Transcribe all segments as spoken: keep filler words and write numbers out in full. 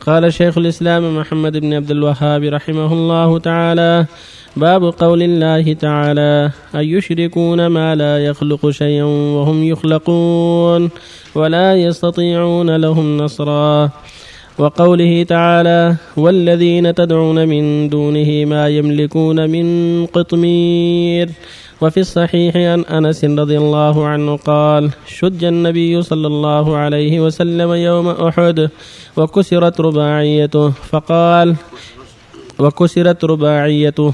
قال شيخ الإسلام محمد بن عبد الوهاب رحمه الله تعالى: باب قول الله تعالى: أن يشركون ما لا يخلق شيئا وهم يخلقون ولا يستطيعون لهم نصرا. وقوله تعالى: والذين تدعون من دونه ما يملكون من قطمير. وفي الصحيح عن أنس رضي الله عنه قال: شج النبي صلى الله عليه وسلم يوم أحد وكسرت رباعيته فقال وكسرت رباعيته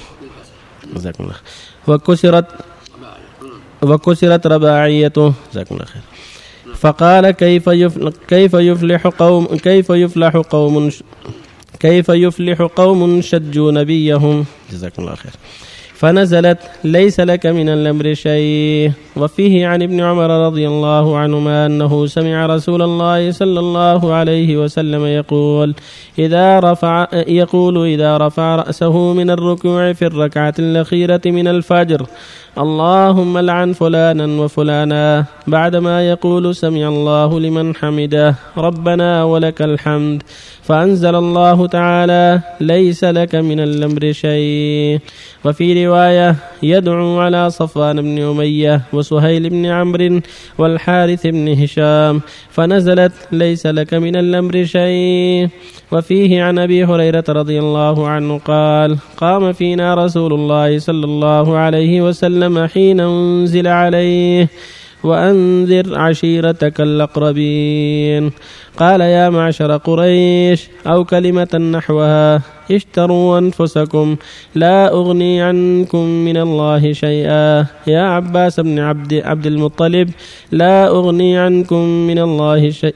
وكسرت وكسرت رباعيته فقال: كيف يفلح كيف يفلح قوم كيف يفلح قوم كيف يفلح قوم شجوا نبيهم. جزاكم الله خير. فنزلت: ليس لك من الأمر شيء. وفيه عن ابن عمر رضي الله عنهما أنه سمع رسول الله صلى الله عليه وسلم يقول: إذا رفع يقول إذا رفع رأسه من الركوع في الركعة الأخيرة من الفجر: اللهم لعن فلانا وفلانا، بعدما يقول: سمع الله لمن حمده، ربنا ولك الحمد. فأنزل الله تعالى: ليس لك من الأمر شيء. وفي رواية: يدعو على صفوان بن أمية وسهيل بن عمرو والحارث بن هشام، فنزلت: ليس لك من الأمر شيء. وفيه عن أبي هريرة رضي الله عنه قال: قام فينا رسول الله صلى الله عليه وسلم حين أنزل عليه: وأنذر عشيرتك الأقربين. قال: يا معشر قريش، أو كلمة نحوها: اشتروا أنفسكم لا أغني عنكم من الله شيئا. يا عباس بن عبد, عبد المطلب، لا أغني عنكم من الله شيئا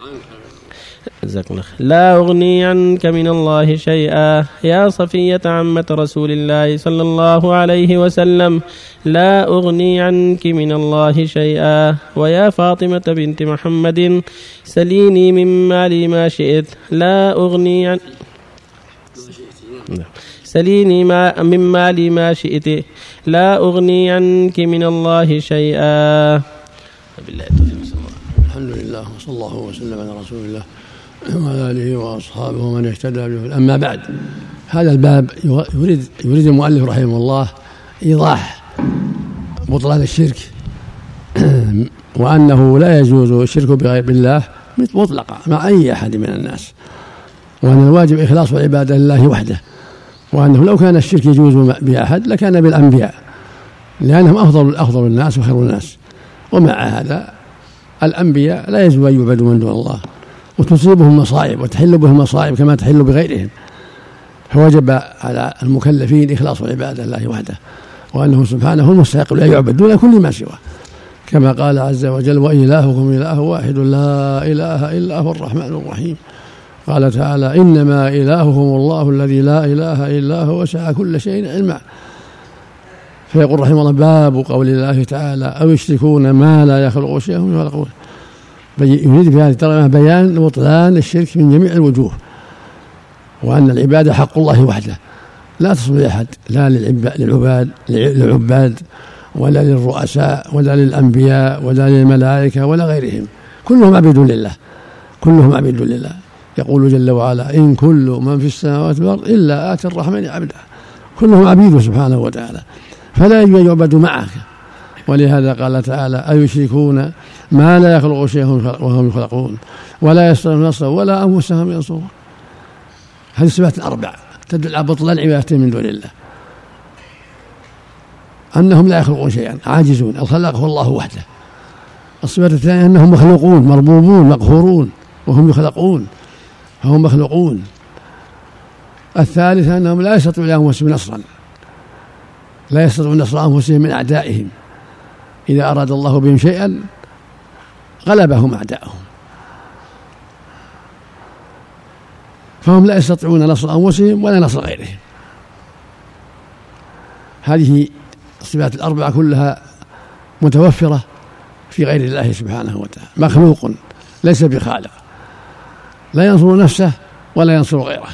لا أغني عنك من الله شيئا. يا صفية عمة رسول الله صلى الله عليه وسلم، لا أغني عنك من الله شيئا. ويا فاطمة بنت محمد، سليني من مالي ما شئت، لا أغني عن سليني ما من مالي ما شئت، لا أغني عنك من الله شيئا. الحمد لله وصلى الله وسلم على رسول الله وعلى آله وأصحابه ومن اهتدى به. أما بعد، هذا الباب يريد يريد المؤلف رحمه الله إيضاح بطلان الشرك وأنه لا يجوز الشرك بغير بالله مطلقا مع أي أحد من الناس، وأن الواجب إخلاص العبادة لله وحده، وأنه لو كان الشرك يجوز بأحد لكان بالأنبياء، لأنهم أفضل أفضل الناس وخير الناس. ومع هذا الأنبياء لا يجوز أن يعبدوا من دون الله، وتصيبهم مصائب وتحل بهم مصائب كما تحل بغيرهم، فوجب على المكلفين إخلاص العبادة لله وحده، وأنه سبحانه المستحق لا يعبد دون كل ما سواه، كما قال عز وجل: وإلهكم إله واحد لا إله إلا هو الرحمن الرحيم. قال تعالى: إنما إلهكم الله الذي لا إله إلا هو وسع كل شيء علما. فيقول رحمه الله: باب قول الله تعالى: أو يشركون ما لا يخلق شيئا وهم يخلقون. يريد في هذه الترجمة بيان بطلان الشرك من جميع الوجوه، وأن العبادة حق الله وحده لا تصل لأحد، لا للعباد للعباد ولا للرؤساء ولا للأنبياء ولا للملائكة ولا غيرهم، كلهم عبيد لله، كلهم عبيد لله. يقول جل وعلا: إن كل من في السماوات والأرض إلا آتي الرحمن عبدا، كلهم عبيد سبحانه وتعالى، فلا يجوز أن يعبدوا معك. ولهذا قال تعالى: أيشركون ما لا يخلق شيئا وهم يخلقون ولا يستطيعون نصرا ولا أنفسهم ينصرون. هذه الصفات الأربع تدل على بطلان العبادة من دون الله، أنهم لا يخلقون شيئا، عاجزون، الخلاق هو الله وحده. الصفة الثانية أنهم مخلوقون، مربوبون، مقهورون، وهم يخلقون فهم مخلوقون. الثالثة أنهم لا يستطيعون لأنفسهم نصرا، لا يستطيعون نصر أنفسهم من أعدائهم، إذا أراد الله بهم شيئا غلبهم أعدائهم، فهم لا يستطيعون نصر أنفسهم ولا نصر غيرهم. هذه الصفات الأربعة كلها متوفرة في غير الله سبحانه وتعالى، مخلوق ليس بخالق، لا ينصر نفسه ولا ينصر غيره،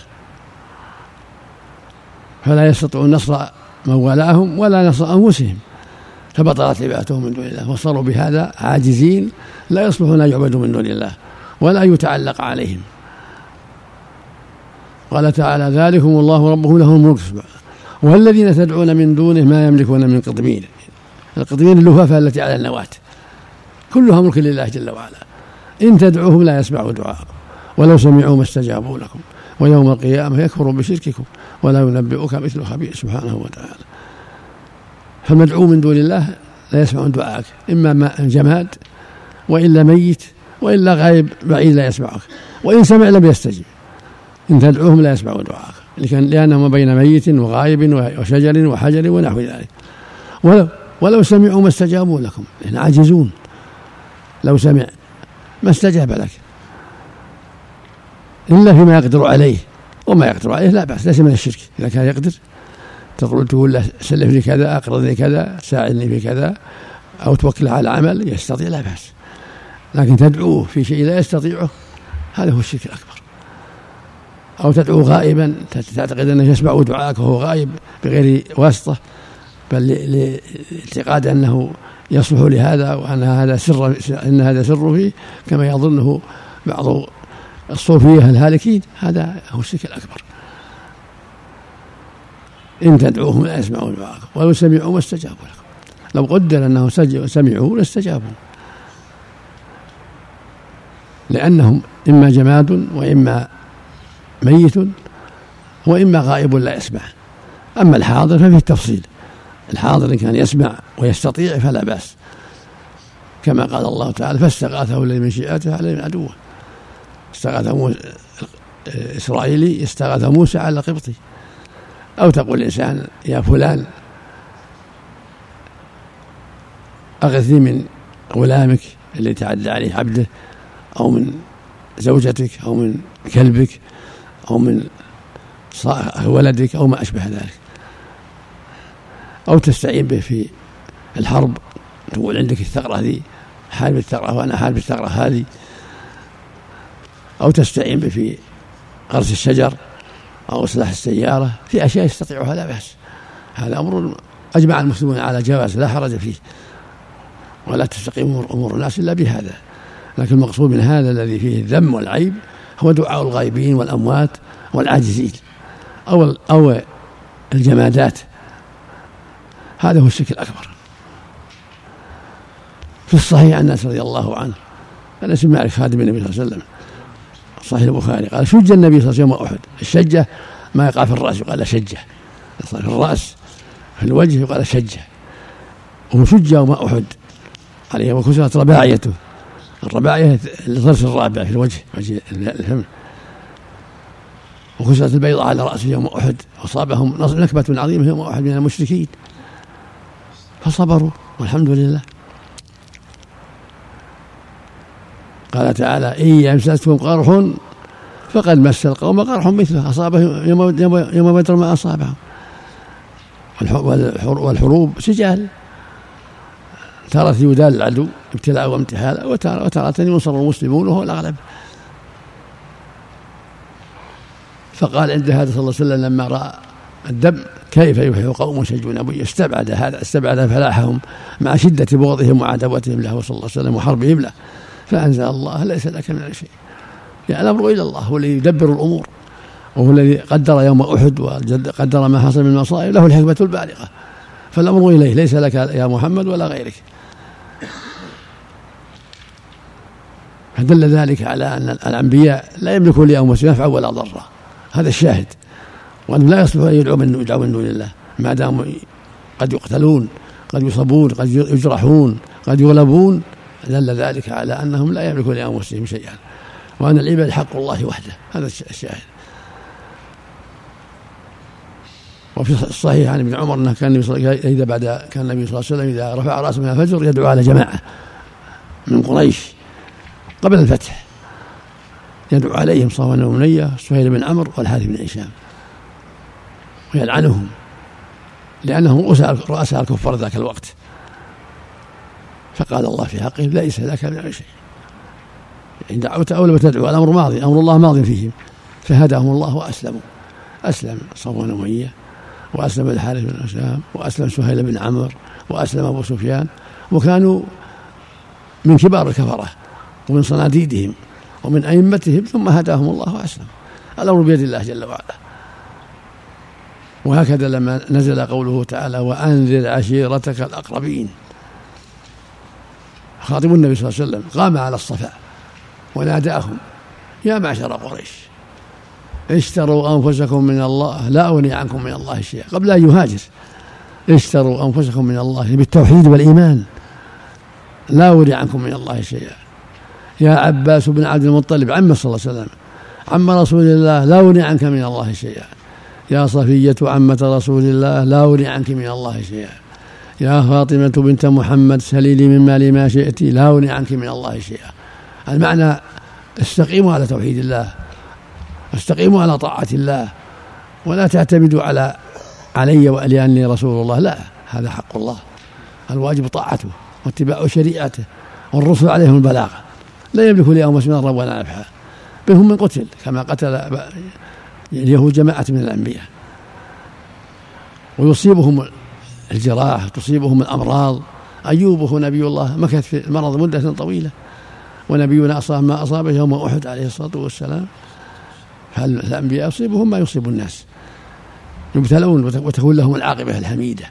فلا يستطيعون نصر من والاهم ولا نصر أنفسهم، فبطلت عبادتهم من دون الله، وصاروا بهذا عاجزين لا يصلحون أن يعبدوا من دون الله ولا يتعلق عليهم. قال تعالى ذلكم الله ربكم له الملك والذين تدعون من دونه ما يملكون من قطمير. القطمير اللفافة التي على النواة كلها ملك لله جل وعلا. إن تدعوهم لا يسمعوا دعاءكم ولو سمعوا ما استجابوا لكم ويوم القيامة يكفرون بشرككم ولا ينبئك مثل خبير سبحانه وتعالى. فالمدعو من دون الله لا يسمعون دعاءك، إما جماد وإلا ميت وإلا غائب بعيد لا يسمعك، وإن سمع لم يستجب. إن تدعوهم لا يسمعوا دعاءك لأنهم بين ميت وغائب وشجر وحجر ونحو ذلك. ولو, ولو سمعوا ما استجابوا لكم، إحنا عاجزون. لو سمع ما استجاب لك إلا فيما يقدر عليه، وما يقدر عليه لا بأس، ليس من الشرك. إذا كان يقدر تقول تقول له سلف لي كذا، أقرضني كذا، ساعدني في كذا، أو توكل على عمل يستطيع لا بأس. لكن تدعوه في شيء لا يستطيعه هذا هو الشرك الأكبر. أو تدعو غائبا تعتقد أنه يسمع دعاءك وهو غائب بغير واسطة، بل لاعتقاد أنه يصلح لهذا وأن هذا سر إن هذا سر فيه كما يظنه بعض الصوفية الهالكين. هذا هو الشرك الأكبر. إن تدعوهم لا يسمعوا دعاءكم ولو سمعوا ما استجابوا لكم. لو قدر أنه سمعوا لاستجابوا، لأنهم إما جماد وإما ميت وإما غائب لا يسمع. أما الحاضر ففيه التفصيل. الحاضر إن كان يسمع ويستطيع فلا بأس، كما قال الله تعالى فاستغاثه الذي من شيعته على من عدوه. استغاث موسى إسرائيلي استغاث موسى على قبطي. أو تقول الإنسان يا فلان أغثني من غلامك اللي تعدى عليه عبده، أو من زوجتك، أو من كلبك، أو من ولدك، أو ما أشبه ذلك. أو تستعين به في الحرب، تقول عندك الثغرة هذه حارب الثغرة وأنا حارب الثغرة هذه. أو تستعين به في غرس الشجر أو إصلاح السيارة، في أشياء يستطيعها لا بأس. هذا أمر أجمع المسلمون على جواز لا حرج فيه، ولا تستقيم أمور الناس إلا بهذا. لكن المقصود من هذا الذي فيه الذم والعيب هو دعاء الغائبين والأموات والعاجزين أو أو الجمادات. هذا هو الشرك الأكبر. في الصحيح عن أنس رضي الله عنه أنس بن مالك خادم النبي صلى الله عليه وسلم، صحيح البخاري، قال شج النبي صلى الله عليه وسلم يوم أحد. الشجة ما يقع في الرأس يقال شجة، في الرأس في الوجه يقال شجة. وهو شج يوم أحد عليه وكسرت رباعيته. الرباعية الضرس الرابع في الوجه وجه الفم. وكسرت البيضة على رأسه يوم أحد، وصابهم نكبة عظيمة يوم أحد من المشركين فصبروا والحمد لله. قال تعالى إن يمسسكم قرح فقد مس القوم قرح مثله أصابهم يوم بدر ما أصابهم. والحروب سجال، تارة يدال العدو ابتلاء وامتحان، وتارة ينصر المسلمون وهو الأغلب. فقال عند هذا صلى الله عليه وسلم لما رأى الدم كيف يفلح قوم شجوا نبي، استبعد هذا استبعد فلاحهم مع شدة بغضهم وعداوتهم له صلى الله عليه وسلم وحربهم له. فأنزل الله ليس لك من شيء، يعني الأمر إلى الله، هو الذي يدبر الأمور، وهو الذي قدر يوم أحد وقدر ما حصل من المصائب، له الحكمة البالغة، فالأمر إليه ليس لك يا محمد ولا غيرك. فدل ذلك على أن الأنبياء لا يملكون لأنفسهم نفعا ولا ضرا، هذا الشاهد، وأنهم لا يصلح أن يدعوا من دون الله ما داموا قد يقتلون، قد يصابون، قد يجرحون، قد يغلبون. دل ذلك على أنهم لا يملكون لأنفسهم شيئا، وأن العباد حق الله وحده، هذا الشاهد. وفي الصحيح عن ابن عمر أنه كان إذا بعد كان النبي صلى الله عليه وسلم إذا رفع رأسه من الفجر يدعو على جماعة من قريش قبل الفتح، يدعو عليهم صفوان بن أمية سهيل بن عمرو والحارث بن هشام ويلعنهم لأنهم رؤساء الكفار ذاك الوقت. فقال الله في حقهم ليس لك من شيء، إن دعوت أو لم تدعو الأمر ماضي، أمر الله ماضي فيهم. فهداهم الله وأسلموا، أسلم صفوان بن أمية، وأسلم الحارث بن هشام، وأسلم سهيل بن عمرو، وأسلم أبو سفيان، وكانوا من كبار الكفرة ومن صناديدهم ومن أئمتهم، ثم هداهم الله وأسلم. الأمر بيد الله جل وعلا. وهكذا لما نزل قوله تعالى وأنذر عشيرتك الأقربين، خاطب النبي صلى الله عليه وسلم قام على الصفا وناداهم يا معشر قريش اشتروا أنفسكم من الله لا أغني عنكم من الله شيئا، قبل أن يهاجر اشتروا أنفسكم من الله بالتوحيد والإيمان، لا أغني عنكم من الله شيئا. يا عباس بن عبد المطلب عم صلى الله عليه وسلم عم رسول الله لا أغني عنك من الله شيئا. يا صفية عمة رسول الله لا أغني عنك من الله شيئا. يا فاطمة بنت محمد سليلي من مالي ما شئت لا أغني عنك من الله شيئا. المعنى استقيموا على توحيد الله، استقيموا على طاعة الله، ولا تعتمدوا على علي وألياني رسول الله، لا، هذا حق الله، الواجب طاعته واتباع شريعته، والرسل عليهم البلاغة، لا يملك لأنفسهم ضرا ولا نفعا، منهم من قتل كما قتل اليهود جماعة من الأنبياء، ويصيبهم الجراح، تصيبهم الأمراض. أيوب هو نبي الله مكث في المرض مدة طويلة، ونبينا أصاب ما أصابه يوم أحد عليه الصلاة والسلام. فالأنبياء يصيبهم ما يصيب الناس، يبتلون وتكون لهم العاقبة الحميدة.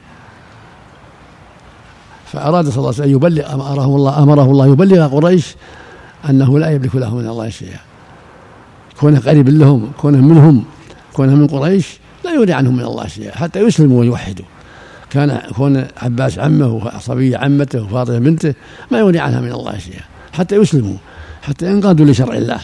فأراد صلى الله عليه وسلم أن يبلغ أمره الله أمره الله يبلغ قريش أنه لا يملك لهم من الله شيئا، كونه قريب لهم، كونه منهم، كونه من قريش لا يغني عنهم من الله شيئا حتى يسلموا ويوحدوا. كان كون عباس عمه وصبية عمته وفاطمة بنته ما يغني عنها من الله شيئا حتى يسلموا، حتى ينقادوا لشرع الله.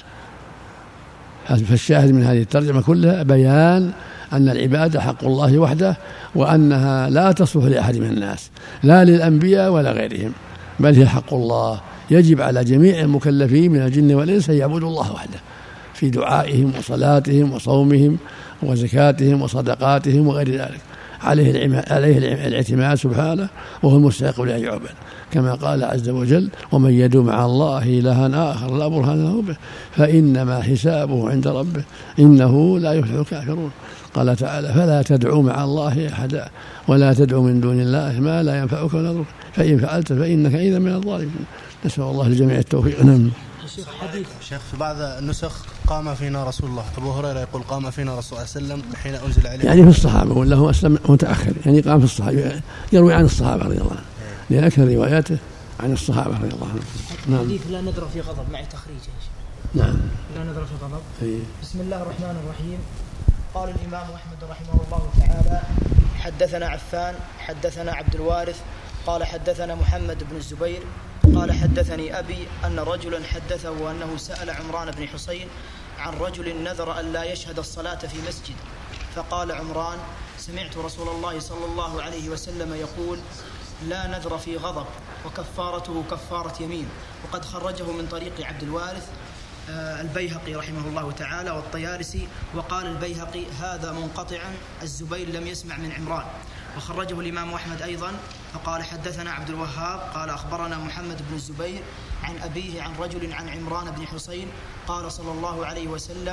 فالشاهد من هذه الترجمة كلها بيان أن العبادة حق الله وحده، وأنها لا تصلح لأحد من الناس، لا للأنبياء ولا غيرهم، بل هي حق الله. يجب على جميع المكلفين من الجن والإنس أن يعبدوا الله وحده في دعائهم وصلاتهم وصومهم وزكاتهم وصدقاتهم وغير ذلك. عليه عليه الاعتماد سبحانه، وهو المستحق لأن يعبد، كما قال عز وجل ومن يدعو مع الله إلها آخر لا برهان له به فإنما حسابه عند ربه إنه لا يفلح الكافرون. قال تعالى فلا تدعوا مع الله أحدا ولا تدعوا من دون الله ما لا ينفعك ولا يضرك فإن فعلت فإنك إذا من الظالمين. نسأل الله للجميع التوفيق. نعم. شيخ في بعض النسخ قام فينا رسول الله، أبو هريرة يقول قام فينا رسول الله صلى الله عليه وسلم حين أنزل عليه، يعني في الصحابة ولا هو أسلم متأخر، يعني قام في الصحابة، يروي عن الصحابة رضي الله عنهم، لأن أكثر رواياته عن الصحابة رضي الله عنهم. نعم. حديث لا نذر في غضب مع تخريجه. نعم. لا نذر في غضب. أيه. بسم الله الرحمن الرحيم. قال الإمام أحمد رحمه الله تعالى حدثنا عفان حدثنا عبد الوارث قال حدثنا محمد بن الزبير قال حدثني أبي أن رجلا حدثه أنه سأل عمران بن حسين عن رجل نذر أن لا يشهد الصلاة في مسجد، فقال عمران سمعت رسول الله صلى الله عليه وسلم يقول لا نذر في غضب وكفارته كفارة يمين. وقد خرجه من طريق عبد الوارث البيهقي رحمه الله تعالى والطيالسي. وقال البيهقي هذا منقطعا، الزبير لم يسمع من عمران. وخرجه الإمام أحمد أيضا فقال حدثنا عبد الوهاب قال أخبرنا محمد بن الزبير عن أبيه عن رجل عن عمران بن حسين قال صلى الله عليه وسلم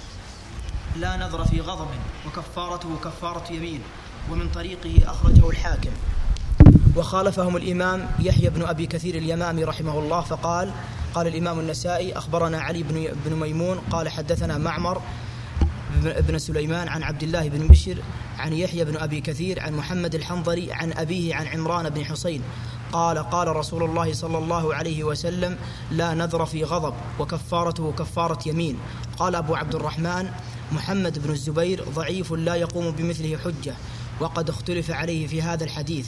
لا نذر في غضب وكفارته كفارة يمين. ومن طريقه أخرجه الحاكم. وخالفهم الإمام يحيى بن أبي كثير اليمامي رحمه الله فقال قال الإمام النسائي أخبرنا علي بن ميمون قال حدثنا معمر بن سليمان عن عبد الله بن بشر عن يحيى بن أبي كثير عن محمد الحنظلي عن أبيه عن عمران بن حسين قال قال رسول الله صلى الله عليه وسلم لا نذر في غضب وكفارته كفارة يمين. قال أبو عبد الرحمن محمد بن الزبير ضعيف لا يقوم بمثله حجة، وقد اختلف عليه في هذا الحديث.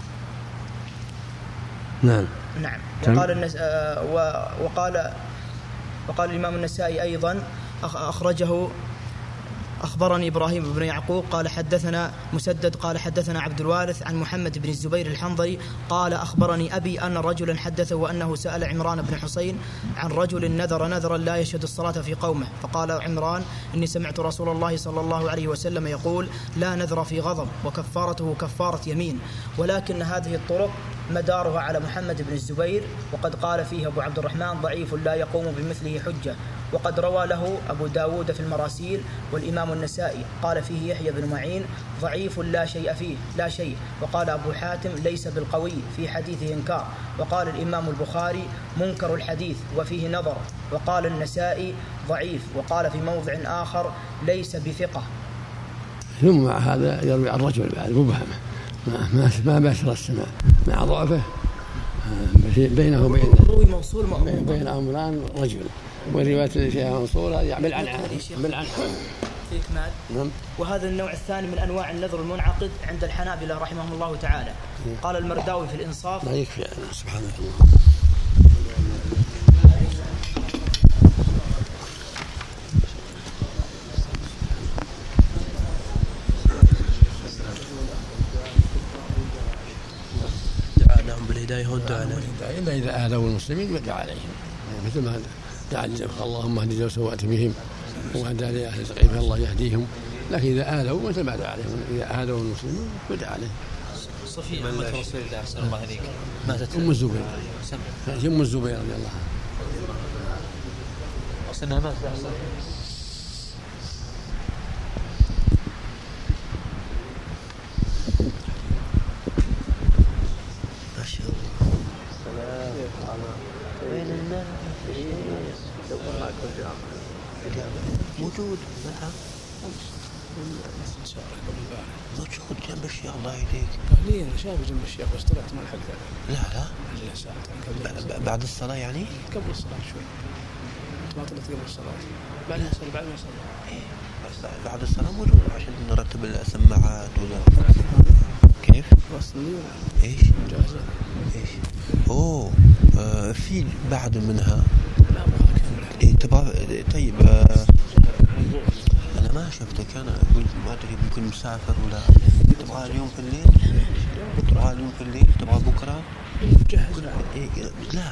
نعم. نعم. وقال النس... وقال وقال الإمام النسائي أيضا أخرجه أخبرني إبراهيم بن يعقوب قال حدثنا مسدد قال حدثنا عبد الوارث عن محمد بن الزبير الحنظلي قال أخبرني أبي أن رجلا حدثه وأنه سأل عمران بن حسين عن رجل نذر نذرا لا يشهد الصلاة في قومه، فقال عمران إني سمعت رسول الله صلى الله عليه وسلم يقول لا نذر في غضب وكفارته كفارة يمين. ولكن هذه الطرق مدارها على محمد بن الزبير، وقد قال فيه أبو عبد الرحمن ضعيف لا يقوم بمثله حجة، وقد روى له أبو داود في المراسيل والإمام النسائي قال فيه يحيى بن معين ضعيف لا شيء فيه لا شيء، وقال أبو حاتم ليس بالقوي في حديثه إنكار، وقال الإمام البخاري منكر الحديث وفيه نظر، وقال النسائي ضعيف، وقال في موضع آخر ليس بثقة. ثم مع هذا يروي عن رجل بعد مبهم ما ما باشر السماع مع ضعفه بينه وبين بين بين أمران رجل، والرواية اللي فيها منصور هذه بالعنعنة بالعنعنة في إكمال. نعم. وهذا النوع الثاني من أنواع النذر المنعقد عند الحنابلة رحمهم الله تعالى. قال المرداوي في الإنصاف لا يكفي سبحان الله. بالهداية والدعاء إلا إذا آذوا المسلمين يدعى عليهم مثل ما دعا اللهم اهد ذوي سوءات بهم وهدى لأهل الغيب الله يهديهم، لكن إذا آذوا مثل ما دعا عليهم إذا آذوا المسلمين يدعى عليهم. صفية أمة رسول الله صلى الله عليه وسلم ماتت أم الزبير أم الزبير رضي الله عنها أصلها ماتت موجود موجود جنب الشيخ الله يهديك. ليه أنا شايف جنب الشيخ بس طلعت ما لحقت. لا لا بعد الصلاة يعني؟ قبل الصلاة شوي. ما طلعت قبل الصلاة. بعد ما صلي بعد ما صلي. إيه بعد الصلاة موجود عشان نرتب السماعات ولا كيف؟ إيش؟ جاهزة. إيش؟ أوه آه في بعد منها. إيه تبغى طيب آه أنا ما شفتك أنا قلت ما أدري ممكن مسافر ولا تبغى اليوم في الليل تبغى اليوم في الليل تبغى بكرة جهز إيه لا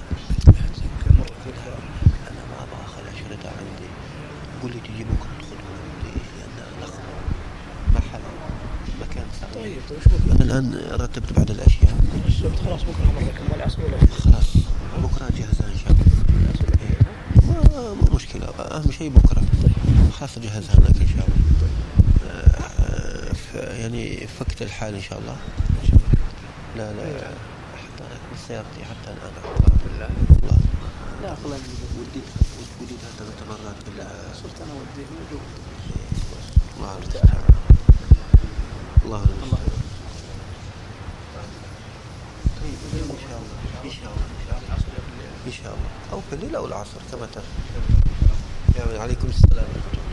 أنا ما أبغى أخلي شريطة عندي قول لي تجي بكرة تدخلون عندي لأن لخبط محل مكان سهل. طيب طيب أنا الآن رتبت بعض الأشياء خلاص بكرة مرة كمال عصر ولا خلاص بكرة جهزها إن شاء الله. مو مشكلة أهم شيء بكرة خلاص جهزها لك إن شاء الله. يعني فكت الحال إن شاء الله. لا لا حتى أنا من سيارتي حتى الآن بالله الله لا والله ودي ودي ثلاث مرات بالله صرت أنا ودي الله الله الله الله طيب إن شاء الله إن شاء الله إن شاء الله أو في الليل أو العصر كما تفعل. يعني عليكم السلام.